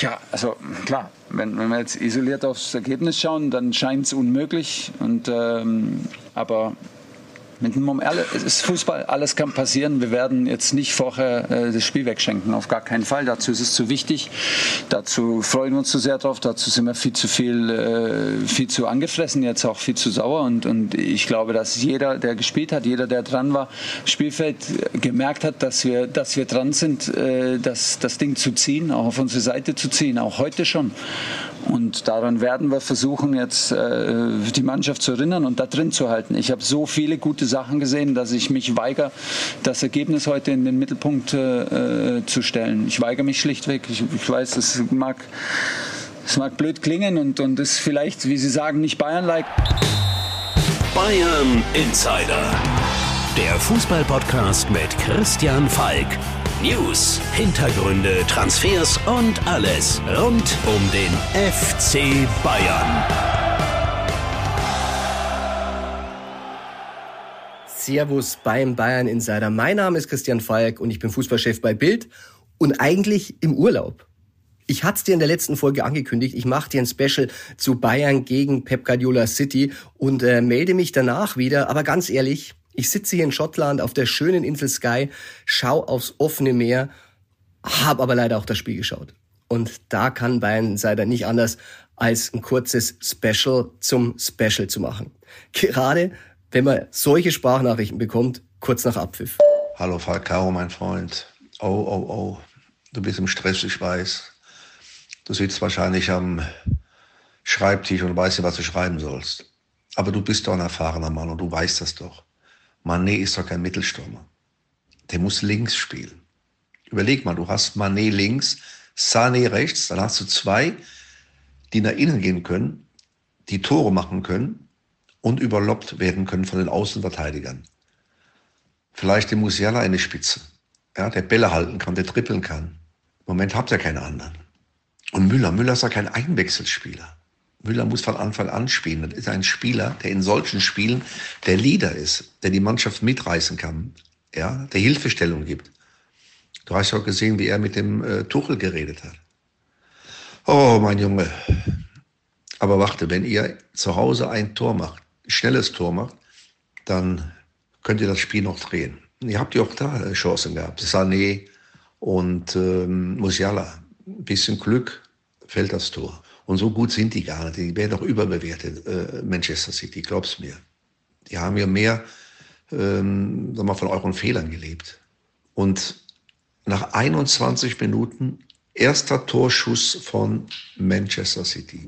Ja, also klar, wenn wir jetzt isoliert aufs Ergebnis schauen, dann scheint es unmöglich. Aber mit dem Moment, es ist Fußball, alles kann passieren. Wir werden jetzt nicht vorher das Spiel wegschenken, auf gar keinen Fall. Dazu ist es zu wichtig. Dazu freuen wir uns zu sehr drauf. Dazu sind wir viel zu angefressen, jetzt auch viel zu sauer. Und ich glaube, dass jeder, der gespielt hat, jeder, der dran war, Spielfeld gemerkt hat, dass wir dran sind, das Ding zu ziehen, auch auf unsere Seite zu ziehen, auch heute schon. Und daran werden wir versuchen, jetzt die Mannschaft zu erinnern und da drin zu halten. Ich habe so viele gute Sachen gesehen, dass ich mich weigere, das Ergebnis heute in den Mittelpunkt zu stellen. Ich weigere mich schlichtweg. Ich weiß, es mag blöd klingen und ist vielleicht, wie Sie sagen, nicht Bayern-like. Bayern Insider. Der Fußball-Podcast mit Christian Falk. News, Hintergründe, Transfers und alles rund um den FC Bayern. Servus beim Bayern Insider. Mein Name ist Christian Falk und ich bin Fußballchef bei Bild und eigentlich im Urlaub. Ich hatte es dir in der letzten Folge angekündigt, ich mache dir ein Special zu Bayern gegen Pep Guardiola City und melde mich danach wieder, aber ganz ehrlich, ich sitze hier in Schottland auf der schönen Insel Skye, schau aufs offene Meer, habe aber leider auch das Spiel geschaut. Und da kann Bayern Insider nicht anders, als ein kurzes Special zum Special zu machen. Gerade wenn man solche Sprachnachrichten bekommt, kurz nach Abpfiff. Hallo Falcao, mein Freund. Oh. Du bist im Stress, ich weiß. Du sitzt wahrscheinlich am Schreibtisch und weißt nicht, was du schreiben sollst. Aber du bist doch ein erfahrener Mann und du weißt das doch. Mané ist doch kein Mittelstürmer. Der muss links spielen. Überleg mal, du hast Mané links, Sané rechts, dann hast du zwei, die nach innen gehen können, die Tore machen können und überloppt werden können von den Außenverteidigern. Vielleicht der Musiala in die Spitze, ja, der Bälle halten kann, der trippeln kann. Im Moment habt ihr keine anderen. Und Müller ist ja kein Einwechselspieler. Müller muss von Anfang an spielen. Das ist ein Spieler, der in solchen Spielen der Leader ist, der die Mannschaft mitreißen kann, ja, der Hilfestellung gibt. Du hast ja auch gesehen, wie er mit dem Tuchel geredet hat. Oh, mein Junge. Aber warte, wenn ihr zu Hause ein Tor macht, ein schnelles Tor macht, dann könnt ihr das Spiel noch drehen. Ihr habt ja auch da Chancen gehabt. Sané und Musiala. Ein bisschen Glück, fällt das Tor. Und so gut sind die gar nicht. Die werden doch überbewertet, Manchester City, glaub's mir. Die haben ja mehr von euren Fehlern gelebt. Und nach 21 Minuten erster Torschuss von Manchester City.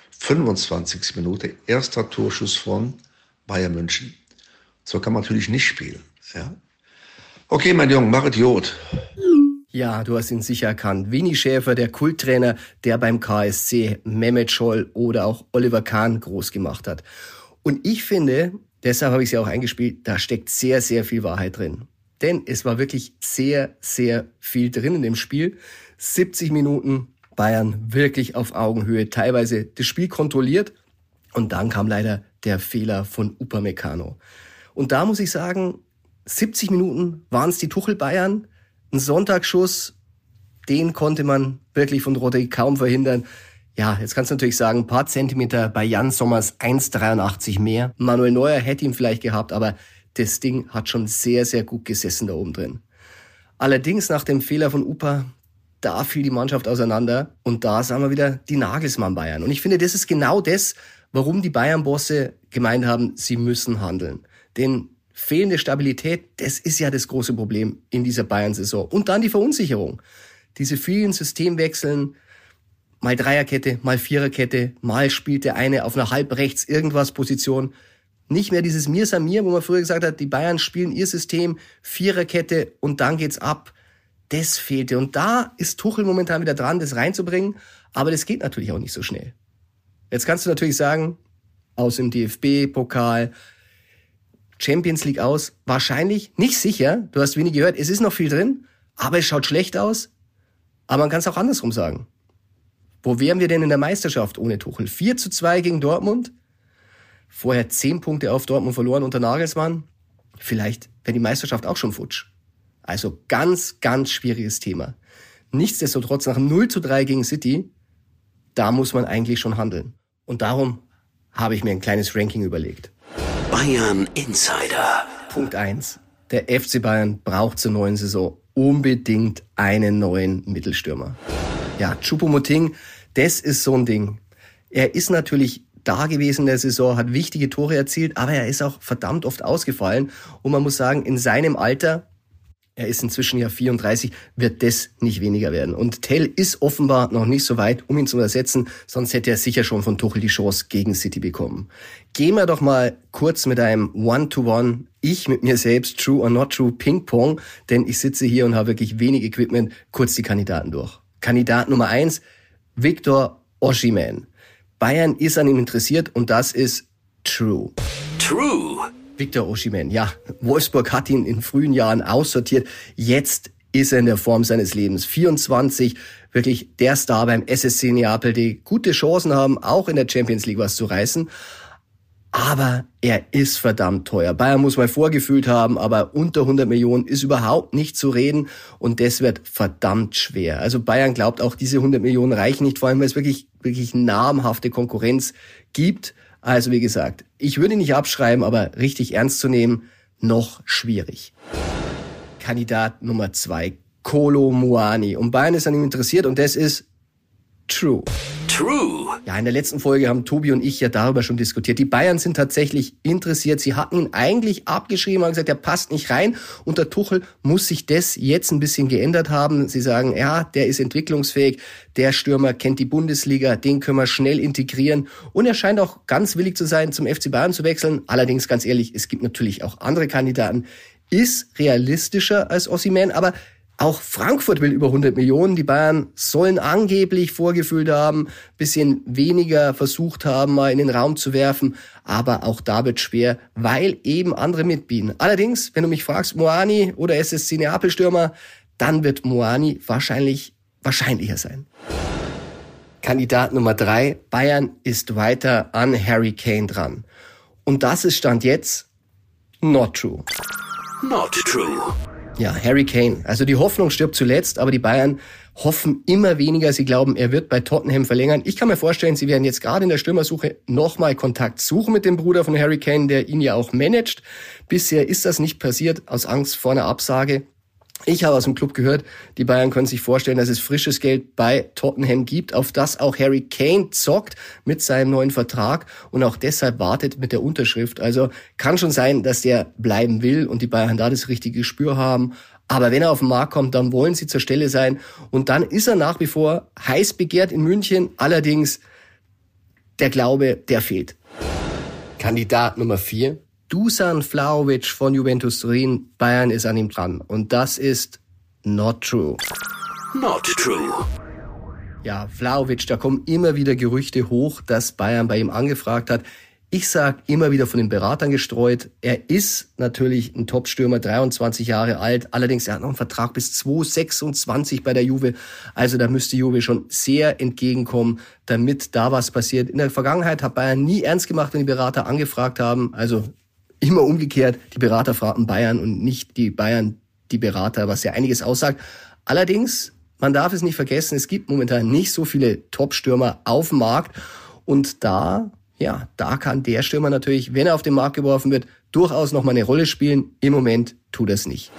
25. Minute erster Torschuss von Bayern München. So kann man natürlich nicht spielen. Ja? Okay, mein Junge, mach Idiot. Ja, du hast ihn sicher erkannt. Winnie Schäfer, der Kulttrainer, der beim KSC Mehmet Scholl oder auch Oliver Kahn groß gemacht hat. Und ich finde, deshalb habe ich sie auch eingespielt, da steckt sehr, sehr viel Wahrheit drin. Denn es war wirklich sehr, sehr viel drin in dem Spiel. 70 Minuten Bayern wirklich auf Augenhöhe, teilweise das Spiel kontrolliert. Und dann kam leider der Fehler von Upamecano. Und da muss ich sagen, 70 Minuten waren es die Tuchel-Bayern. Ein Sonntagsschuss, den konnte man wirklich von Rodri kaum verhindern. Ja, jetzt kannst du natürlich sagen, ein paar Zentimeter bei Jan Sommers, 1,83 mehr. Manuel Neuer hätte ihn vielleicht gehabt, aber das Ding hat schon sehr, sehr gut gesessen da oben drin. Allerdings nach dem Fehler von Upa, da fiel die Mannschaft auseinander und da sahen wir wieder die Nagelsmann-Bayern. Und ich finde, das ist genau das, warum die Bayern-Bosse gemeint haben, sie müssen handeln. Denn fehlende Stabilität, das ist ja das große Problem in dieser Bayern-Saison. Und dann die Verunsicherung. Diese vielen Systemwechseln, mal Dreierkette, mal Viererkette, mal spielt der eine auf einer halbrechts irgendwas Position. Nicht mehr dieses Mir Samir, wo man früher gesagt hat, die Bayern spielen ihr System, Viererkette und dann geht's ab. Das fehlte. Und da ist Tuchel momentan wieder dran, das reinzubringen. Aber das geht natürlich auch nicht so schnell. Jetzt kannst du natürlich sagen, aus dem DFB-Pokal, Champions League aus, wahrscheinlich nicht sicher. Du hast wenig gehört, es ist noch viel drin, aber es schaut schlecht aus. Aber man kann es auch andersrum sagen. Wo wären wir denn in der Meisterschaft ohne Tuchel? 4:2 gegen Dortmund. Vorher 10 Punkte auf Dortmund verloren unter Nagelsmann. Vielleicht wäre die Meisterschaft auch schon futsch. Also ganz, ganz schwieriges Thema. Nichtsdestotrotz nach 0:3 gegen City, da muss man eigentlich schon handeln. Und darum habe ich mir ein kleines Ranking überlegt. Bayern Insider. Punkt 1. Der FC Bayern braucht zur neuen Saison unbedingt einen neuen Mittelstürmer. Ja, Choupo-Moting, das ist so ein Ding. Er ist natürlich da gewesen in der Saison, hat wichtige Tore erzielt, aber er ist auch verdammt oft ausgefallen. Und man muss sagen, in seinem Alter, er ist inzwischen ja 34, wird das nicht weniger werden. Und Tell ist offenbar noch nicht so weit, um ihn zu ersetzen, sonst hätte er sicher schon von Tuchel die Chance gegen City bekommen. Gehen wir doch mal kurz mit einem One-to-One, ich mit mir selbst, True or Not True, Ping-Pong, denn ich sitze hier und habe wirklich wenig Equipment, kurz die Kandidaten durch. Kandidat Nummer 1, Victor Osimhen. Bayern ist an ihm interessiert und das ist True. True. Victor Osimhen, ja, Wolfsburg hat ihn in frühen Jahren aussortiert. Jetzt ist er in der Form seines Lebens. 24, wirklich der Star beim SSC Neapel, die gute Chancen haben, auch in der Champions League was zu reißen. Aber er ist verdammt teuer. Bayern muss mal vorgefühlt haben, aber unter 100 Millionen ist überhaupt nicht zu reden und das wird verdammt schwer. Also Bayern glaubt auch, diese 100 Millionen reichen nicht, vor allem weil es wirklich namhafte Konkurrenz gibt. Also wie gesagt, ich würde ihn nicht abschreiben, aber richtig ernst zu nehmen, noch schwierig. Kandidat Nummer 2, Kolo Muani. Und Bayern ist an ihm interessiert und das ist True. True. Ja, in der letzten Folge haben Tobi und ich ja darüber schon diskutiert. Die Bayern sind tatsächlich interessiert. Sie hatten ihn eigentlich abgeschrieben, haben gesagt, er passt nicht rein. Unter Tuchel muss sich das jetzt ein bisschen geändert haben. Sie sagen, ja, der ist entwicklungsfähig. Der Stürmer kennt die Bundesliga. Den können wir schnell integrieren. Und er scheint auch ganz willig zu sein, zum FC Bayern zu wechseln. Allerdings, ganz ehrlich, es gibt natürlich auch andere Kandidaten. Ist realistischer als Osimhen, aber auch Frankfurt will über 100 Millionen. Die Bayern sollen angeblich vorgefühlt haben, bisschen weniger versucht haben, mal in den Raum zu werfen. Aber auch da wird schwer, weil eben andere mitbieten. Allerdings, wenn du mich fragst, Muani oder SSC Neapel-Stürmer, dann wird Muani wahrscheinlicher sein. Kandidat Nummer 3, Bayern ist weiter an Harry Kane dran. Und das ist Stand jetzt not true. Not true. Ja, Harry Kane. Also die Hoffnung stirbt zuletzt, aber die Bayern hoffen immer weniger. Sie glauben, er wird bei Tottenham verlängern. Ich kann mir vorstellen, sie werden jetzt gerade in der Stürmersuche nochmal Kontakt suchen mit dem Bruder von Harry Kane, der ihn ja auch managt. Bisher ist das nicht passiert, aus Angst vor einer Absage. Ich habe aus dem Club gehört, die Bayern können sich vorstellen, dass es frisches Geld bei Tottenham gibt, auf das auch Harry Kane zockt mit seinem neuen Vertrag und auch deshalb wartet mit der Unterschrift. Also kann schon sein, dass der bleiben will und die Bayern da das richtige Gespür haben. Aber wenn er auf den Markt kommt, dann wollen sie zur Stelle sein. Und dann ist er nach wie vor heiß begehrt in München. Allerdings, der Glaube, der fehlt. Kandidat Nummer 4. Dusan Vlahovic von Juventus Turin, Bayern ist an ihm dran. Und das ist not true. Not true. Ja, Vlahovic, da kommen immer wieder Gerüchte hoch, dass Bayern bei ihm angefragt hat. Ich sag immer wieder von den Beratern gestreut. Er ist natürlich ein Top-Stürmer, 23 Jahre alt. Allerdings, er hat noch einen Vertrag bis 2026 bei der Juve. Also da müsste Juve schon sehr entgegenkommen, damit da was passiert. In der Vergangenheit hat Bayern nie ernst gemacht, wenn die Berater angefragt haben. Also immer umgekehrt, die Berater fragten Bayern und nicht die Bayern die Berater, was ja einiges aussagt. Allerdings, man darf es nicht vergessen, es gibt momentan nicht so viele Top-Stürmer auf dem Markt. Und da kann der Stürmer natürlich, wenn er auf den Markt geworfen wird, durchaus nochmal eine Rolle spielen. Im Moment tut er es nicht.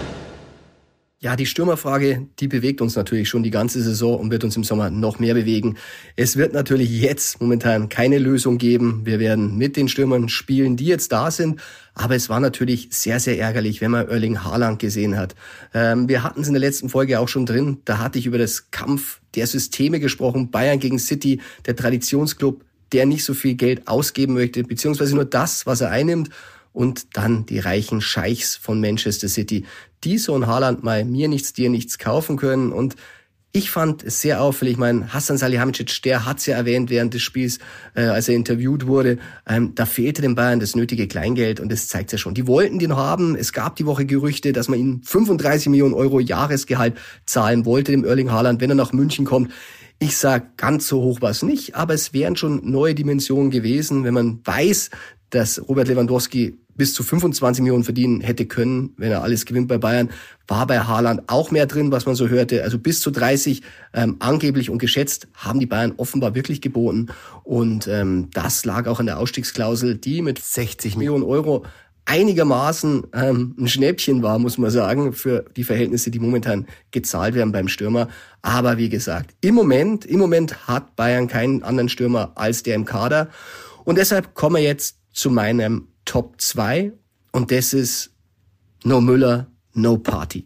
Ja, die Stürmerfrage, die bewegt uns natürlich schon die ganze Saison und wird uns im Sommer noch mehr bewegen. Es wird natürlich jetzt momentan keine Lösung geben. Wir werden mit den Stürmern spielen, die jetzt da sind. Aber es war natürlich sehr, sehr ärgerlich, wenn man Erling Haaland gesehen hat. Wir hatten es in der letzten Folge auch schon drin. Da hatte ich über das Kampf der Systeme gesprochen. Bayern gegen City, der Traditionsclub, der nicht so viel Geld ausgeben möchte, beziehungsweise nur das, was er einnimmt. Und dann die reichen Scheichs von Manchester City, die so ein Haaland mal mir nichts, dir nichts kaufen können. Und ich fand es sehr auffällig, Hasan Salihamidzic, der hat es ja erwähnt während des Spiels, als er interviewt wurde, da fehlte den Bayern das nötige Kleingeld und das zeigt ja schon. Die wollten den haben. Es gab die Woche Gerüchte, dass man ihm 35 Millionen Euro Jahresgehalt zahlen wollte, dem Erling Haaland, wenn er nach München kommt. Ich sag, ganz so hoch war es nicht, aber es wären schon neue Dimensionen gewesen, wenn man weiß, dass Robert Lewandowski bis zu 25 Millionen verdienen hätte können, wenn er alles gewinnt bei Bayern. War bei Haaland auch mehr drin, was man so hörte. Also bis zu 30 angeblich und geschätzt haben die Bayern offenbar wirklich geboten. Und das lag auch an der Ausstiegsklausel, die mit 60 Millionen Euro einigermaßen ein Schnäppchen war, muss man sagen, für die Verhältnisse, die momentan gezahlt werden beim Stürmer. Aber wie gesagt, im Moment hat Bayern keinen anderen Stürmer als der im Kader. Und deshalb kommen wir jetzt zu meinem Top 2 und das ist No Müller, No Party.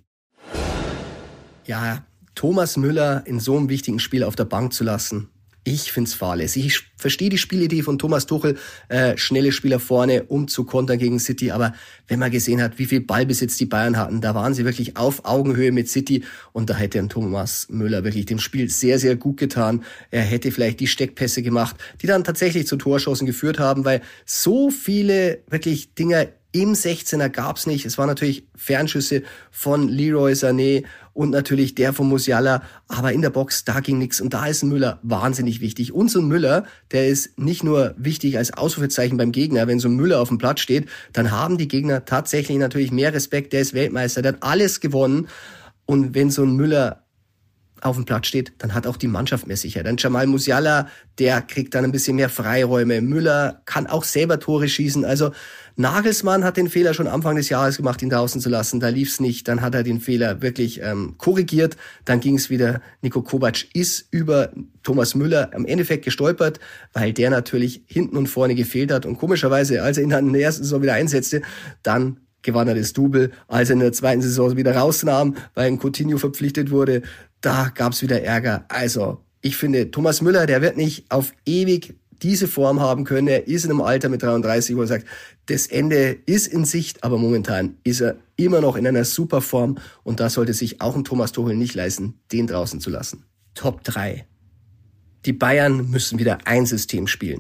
Ja, Thomas Müller in so einem wichtigen Spiel auf der Bank zu lassen, ich find's fahrlässig. Ich verstehe die Spielidee von Thomas Tuchel, schnelle Spieler vorne, um zu kontern gegen City. Aber wenn man gesehen hat, wie viel Ballbesitz die Bayern hatten, da waren sie wirklich auf Augenhöhe mit City. Und da hätte ein Thomas Müller wirklich dem Spiel sehr, sehr gut getan. Er hätte vielleicht die Steckpässe gemacht, die dann tatsächlich zu Torschancen geführt haben, weil so viele wirklich Dinger im 16er gab's nicht. Es waren natürlich Fernschüsse von Leroy Sané und natürlich der von Musiala. Aber in der Box, da ging nichts. Und da ist ein Müller wahnsinnig wichtig. Und so ein Müller, der ist nicht nur wichtig als Ausrufezeichen beim Gegner. Wenn so ein Müller auf dem Platz steht, dann haben die Gegner tatsächlich natürlich mehr Respekt. Der ist Weltmeister, der hat alles gewonnen. Und wenn so ein Müller auf dem Platz steht, dann hat auch die Mannschaft mehr Sicherheit. Dann Jamal Musiala, der kriegt dann ein bisschen mehr Freiräume. Müller kann auch selber Tore schießen. Also Nagelsmann hat den Fehler schon Anfang des Jahres gemacht, ihn draußen zu lassen. Da lief's nicht. Dann hat er den Fehler wirklich korrigiert. Dann ging's wieder. Niko Kovac ist über Thomas Müller im Endeffekt gestolpert, weil der natürlich hinten und vorne gefehlt hat. Und komischerweise, als er ihn dann in der ersten Saison wieder einsetzte, dann gewann er das Double. Als er in der zweiten Saison wieder rausnahm, weil ein Coutinho verpflichtet wurde, da gab's wieder Ärger. Also, ich finde, Thomas Müller, der wird nicht auf ewig diese Form haben können. Er ist in einem Alter mit 33, wo er sagt, das Ende ist in Sicht, aber momentan ist er immer noch in einer super Form und da sollte sich auch ein Thomas Tuchel nicht leisten, den draußen zu lassen. Top 3. Die Bayern müssen wieder ein System spielen.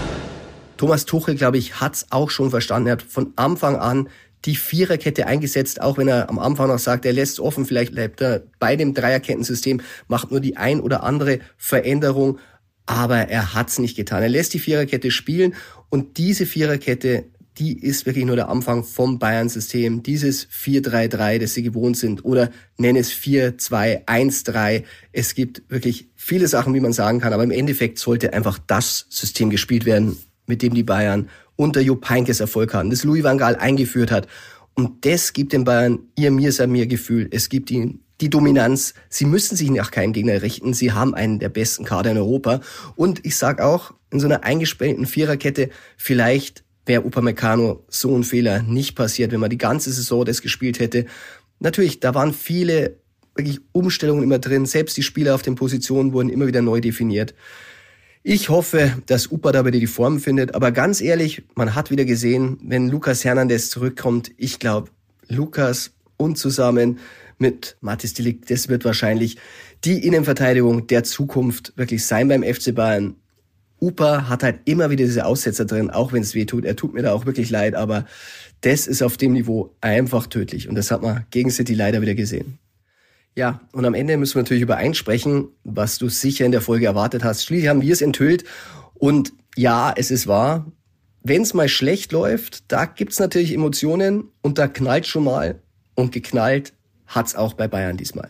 Thomas Tuchel, glaube ich, hat's auch schon verstanden. Er hat von Anfang an die Viererkette eingesetzt, auch wenn er am Anfang noch sagt, er lässt offen, vielleicht bleibt er bei dem Dreierkettensystem, macht nur die ein oder andere Veränderung, aber er hat's nicht getan. Er lässt die Viererkette spielen und diese Viererkette, die ist wirklich nur der Anfang vom Bayern-System, dieses 4-3-3, das sie gewohnt sind, oder nenne es 4-2-1-3. Es gibt wirklich viele Sachen, wie man sagen kann, aber im Endeffekt sollte einfach das System gespielt werden, mit dem die Bayern unter Jupp Heynckes Erfolg hatten, das Louis van Gaal eingeführt hat. Und das gibt den Bayern ihr Mir-Sa-Mir-Gefühl. Es gibt ihnen die Dominanz. Sie müssen sich nach keinem Gegner richten. Sie haben einen der besten Kader in Europa. Und ich sag auch, in so einer eingespielten Viererkette, vielleicht wäre Upamecano so ein Fehler nicht passiert, wenn man die ganze Saison das gespielt hätte. Natürlich, da waren viele wirklich Umstellungen immer drin. Selbst die Spieler auf den Positionen wurden immer wieder neu definiert. Ich hoffe, dass Upa da wieder die Form findet. Aber ganz ehrlich, man hat wieder gesehen, wenn Lucas Hernandez zurückkommt, ich glaube, Lucas und zusammen mit Mathis de Ligt, das wird wahrscheinlich die Innenverteidigung der Zukunft wirklich sein beim FC Bayern. Upa hat halt immer wieder diese Aussetzer drin, auch wenn es weh tut. Er tut mir da auch wirklich leid, aber das ist auf dem Niveau einfach tödlich. Und das hat man gegen City leider wieder gesehen. Ja, und am Ende müssen wir natürlich über eins sprechen, was du sicher in der Folge erwartet hast. Schließlich haben wir es enthüllt. Und ja, es ist wahr, wenn es mal schlecht läuft, da gibt's natürlich Emotionen und da knallt schon mal. Und geknallt hat's auch bei Bayern diesmal.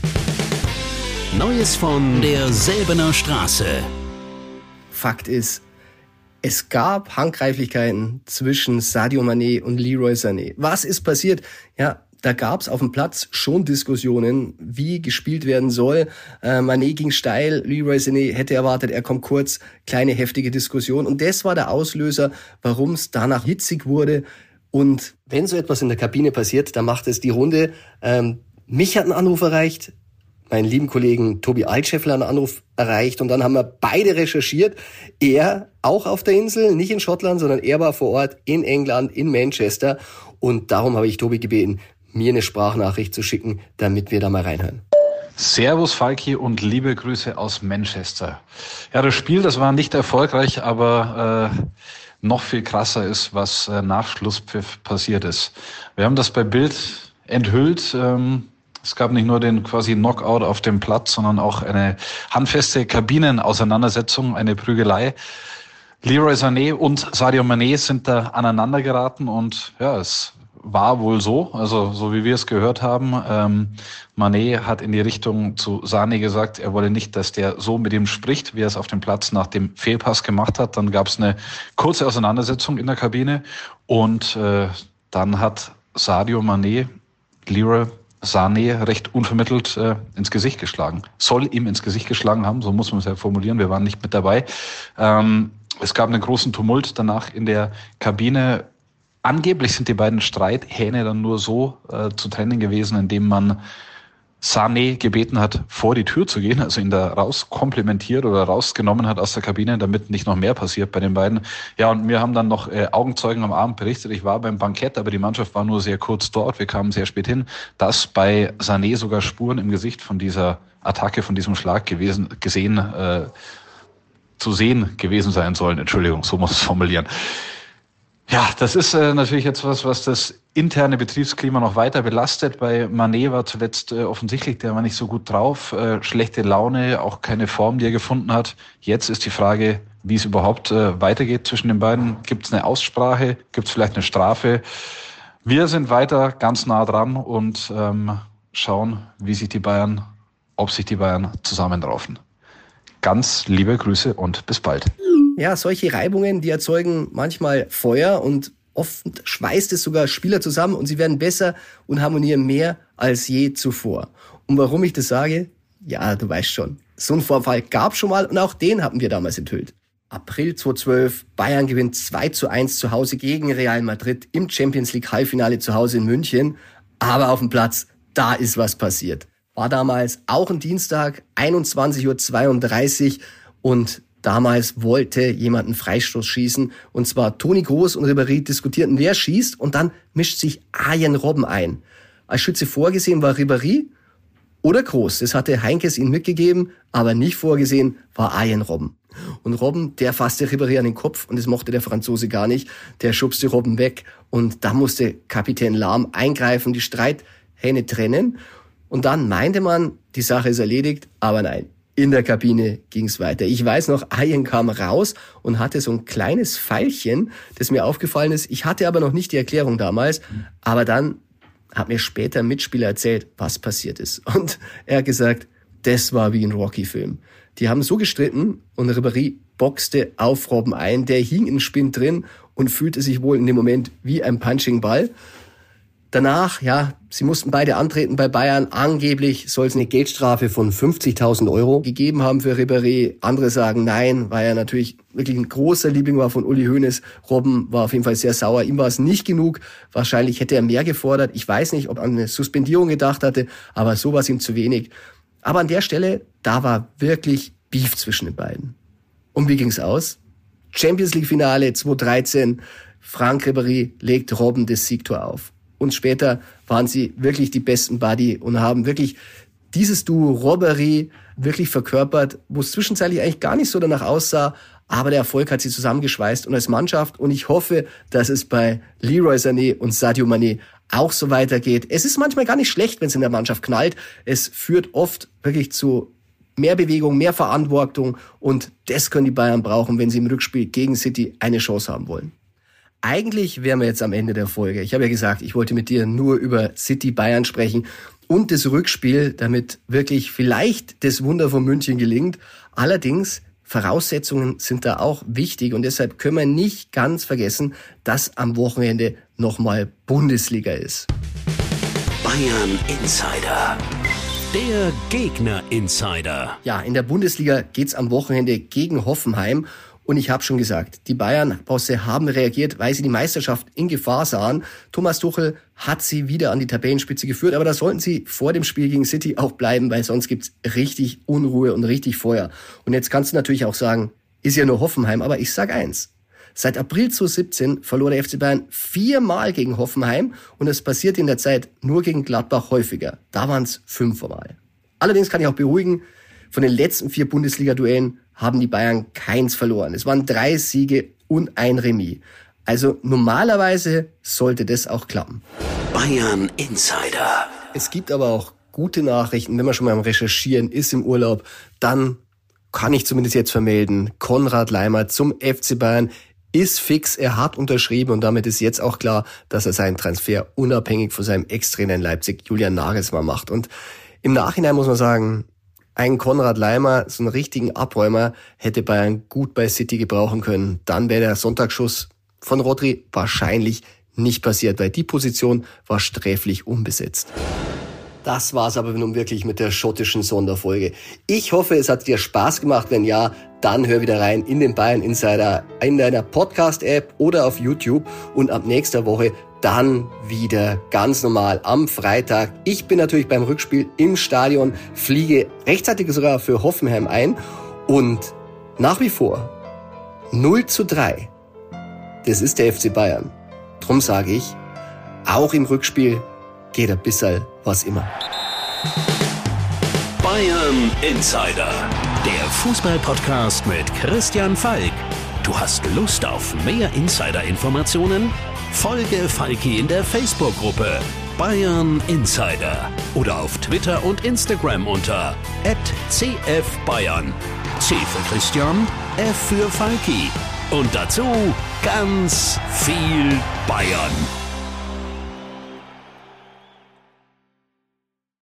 Neues von der Säbener Straße. Fakt ist, es gab Handgreiflichkeiten zwischen Sadio Mané und Leroy Sané. Was ist passiert? Ja, da gab's auf dem Platz schon Diskussionen, wie gespielt werden soll. Mané ging steil, Leroy Sané hätte erwartet, er kommt kurz, kleine heftige Diskussion. Und das war der Auslöser, warum es danach hitzig wurde. Und wenn so etwas in der Kabine passiert, dann macht es die Runde. Mich hat ein Anruf erreicht, meinen lieben Kollegen Tobi Altscheffler einen Anruf erreicht und dann haben wir beide recherchiert. Er auch auf der Insel, nicht in Schottland, sondern er war vor Ort in England, in Manchester. Und darum habe ich Tobi gebeten, mir eine Sprachnachricht zu schicken, damit wir da mal reinhören. Servus Falki und liebe Grüße aus Manchester. Ja, das Spiel, das war nicht erfolgreich, aber noch viel krasser ist, was nach Schlusspfiff passiert ist. Wir haben das bei Bild enthüllt. Es gab nicht nur den quasi Knockout auf dem Platz, sondern auch eine handfeste Kabinenauseinandersetzung, eine Prügelei. Leroy Sané und Sadio Mané sind da aneinander geraten und ja, es war wohl so, also so wie wir es gehört haben. Mané hat in die Richtung zu Sané gesagt, er wolle nicht, dass der so mit ihm spricht, wie er es auf dem Platz nach dem Fehlpass gemacht hat. Dann gab es eine kurze Auseinandersetzung in der Kabine und dann hat Sadio Mané Leroy Sané recht unvermittelt ins Gesicht geschlagen. Soll ihm ins Gesicht geschlagen haben, so muss man es ja formulieren, wir waren nicht mit dabei. Es gab einen großen Tumult danach in der Kabine. Angeblich sind die beiden Streithähne dann nur so zu trennen gewesen, indem man Sané gebeten hat, vor die Tür zu gehen, also ihn da rauskomplimentiert oder rausgenommen hat aus der Kabine, damit nicht noch mehr passiert bei den beiden. Ja, und wir haben dann noch Augenzeugen am Abend berichtet, ich war beim Bankett, aber die Mannschaft war nur sehr kurz dort, wir kamen sehr spät hin, dass bei Sané sogar Spuren im Gesicht von dieser Attacke, von diesem Schlag zu sehen gewesen sein sollen. Entschuldigung, so muss ich es formulieren. Ja, das ist natürlich jetzt was das interne Betriebsklima noch weiter belastet. Bei Mané war zuletzt offensichtlich, der war nicht so gut drauf, schlechte Laune, auch keine Form, die er gefunden hat. Jetzt ist die Frage, wie es überhaupt weitergeht zwischen den beiden. Gibt es eine Aussprache? Gibt es vielleicht eine Strafe? Wir sind weiter ganz nah dran und schauen, ob sich die Bayern zusammenraufen. Ganz liebe Grüße und bis bald. Ja, solche Reibungen, die erzeugen manchmal Feuer und oft schweißt es sogar Spieler zusammen und sie werden besser und harmonieren mehr als je zuvor. Und warum ich das sage? Ja, du weißt schon. So einen Vorfall gab schon mal und auch den hatten wir damals enthüllt. April 2012, Bayern gewinnt 2:1 zu Hause gegen Real Madrid im Champions League Halbfinale zu Hause in München. Aber auf dem Platz, da ist was passiert. War damals auch ein Dienstag, 21:32 Uhr und damals wollte jemand einen Freistoß schießen und zwar Toni Kroos und Ribéry diskutierten, wer schießt und dann mischt sich Arjen Robben ein. Als Schütze vorgesehen war Ribéry oder Kroos, das hatte Heinkes ihnen mitgegeben, aber nicht vorgesehen war Arjen Robben. Und Robben, der fasste Ribéry an den Kopf und das mochte der Franzose gar nicht, der schubste Robben weg und da musste Kapitän Lahm eingreifen, die Streithähne trennen und dann meinte man, die Sache ist erledigt, aber nein. In der Kabine ging's weiter. Ich weiß noch, Arjen kam raus und hatte so ein kleines Pfeilchen, das mir aufgefallen ist. Ich hatte aber noch nicht die Erklärung damals. Aber dann hat mir später ein Mitspieler erzählt, was passiert ist. Und er hat gesagt, das war wie ein Rocky-Film. Die haben so gestritten und Ribéry boxte auf Robben ein. Der hing in Spind drin und fühlte sich wohl in dem Moment wie ein Punching-Ball. Danach, ja, sie mussten beide antreten bei Bayern. Angeblich soll es eine Geldstrafe von 50.000 € gegeben haben für Ribéry. Andere sagen nein, weil er natürlich wirklich ein großer Liebling war von Uli Hoeneß. Robben war auf jeden Fall sehr sauer. Ihm war es nicht genug. Wahrscheinlich hätte er mehr gefordert. Ich weiß nicht, ob er an eine Suspendierung gedacht hatte, aber so war es ihm zu wenig. Aber an der Stelle, da war wirklich Beef zwischen den beiden. Und wie ging's aus? Champions League Finale 2013. Franck Ribéry legt Robben das Siegtor auf. Und später waren sie wirklich die besten Buddy und haben wirklich dieses Duo Ribéry wirklich verkörpert, wo es zwischenzeitlich eigentlich gar nicht so danach aussah, aber der Erfolg hat sie zusammengeschweißt und als Mannschaft und ich hoffe, dass es bei Leroy Sané und Sadio Mané auch so weitergeht. Es ist manchmal gar nicht schlecht, wenn es in der Mannschaft knallt. Es führt oft wirklich zu mehr Bewegung, mehr Verantwortung und das können die Bayern brauchen, wenn sie im Rückspiel gegen City eine Chance haben wollen. Eigentlich wären wir jetzt am Ende der Folge. Ich habe ja gesagt, ich wollte mit dir nur über City Bayern sprechen und das Rückspiel, damit wirklich vielleicht das Wunder von München gelingt. Allerdings, Voraussetzungen sind da auch wichtig und deshalb können wir nicht ganz vergessen, dass am Wochenende nochmal Bundesliga ist. Bayern Insider. Der Gegner Insider. Ja, in der Bundesliga geht's am Wochenende gegen Hoffenheim. Und ich habe schon gesagt, die Bayern-Bosse haben reagiert, weil sie die Meisterschaft in Gefahr sahen. Thomas Tuchel hat sie wieder an die Tabellenspitze geführt, aber da sollten sie vor dem Spiel gegen City auch bleiben, weil sonst gibt's richtig Unruhe und richtig Feuer. Und jetzt kannst du natürlich auch sagen, ist ja nur Hoffenheim, aber ich sag eins. Seit April 2017 verlor der FC Bayern 4-mal gegen Hoffenheim und es passiert in der Zeit nur gegen Gladbach häufiger. Da waren es 5-mal. Allerdings kann ich auch beruhigen, von den letzten 4 Bundesliga-Duellen haben die Bayern keins verloren. Es waren 3 Siege und ein Remis. Also normalerweise sollte das auch klappen. Bayern Insider. Es gibt aber auch gute Nachrichten. Wenn man schon mal am Recherchieren ist im Urlaub, dann kann ich zumindest jetzt vermelden, Konrad Laimer zum FC Bayern ist fix. Er hat unterschrieben und damit ist jetzt auch klar, dass er seinen Transfer unabhängig von seinem Ex-Trainer in Leipzig, Julian Nagelsmann, macht. Und im Nachhinein muss man sagen, ein Konrad Laimer, so einen richtigen Abräumer, hätte Bayern gut bei City gebrauchen können. Dann wäre der Sonntagsschuss von Rodri wahrscheinlich nicht passiert, weil die Position war sträflich unbesetzt. Das war's aber nun wirklich mit der schottischen Sonderfolge. Ich hoffe, es hat dir Spaß gemacht. Wenn ja, dann hör wieder rein in den Bayern Insider in deiner Podcast-App oder auf YouTube. Und ab nächster Woche dann wieder ganz normal am Freitag. Ich bin natürlich beim Rückspiel im Stadion, fliege rechtzeitig sogar für Hoffenheim ein. Und nach wie vor 0:3. Das ist der FC Bayern. Drum sage ich, auch im Rückspiel geht ein bisschen was immer. Bayern Insider, der Fußball-Podcast mit Christian Falk. Du hast Lust auf mehr Insider-Informationen? Folge Falki in der Facebook-Gruppe Bayern Insider oder auf Twitter und Instagram unter @CFBayern. C für Christian, F für Falki. Und dazu ganz viel Bayern.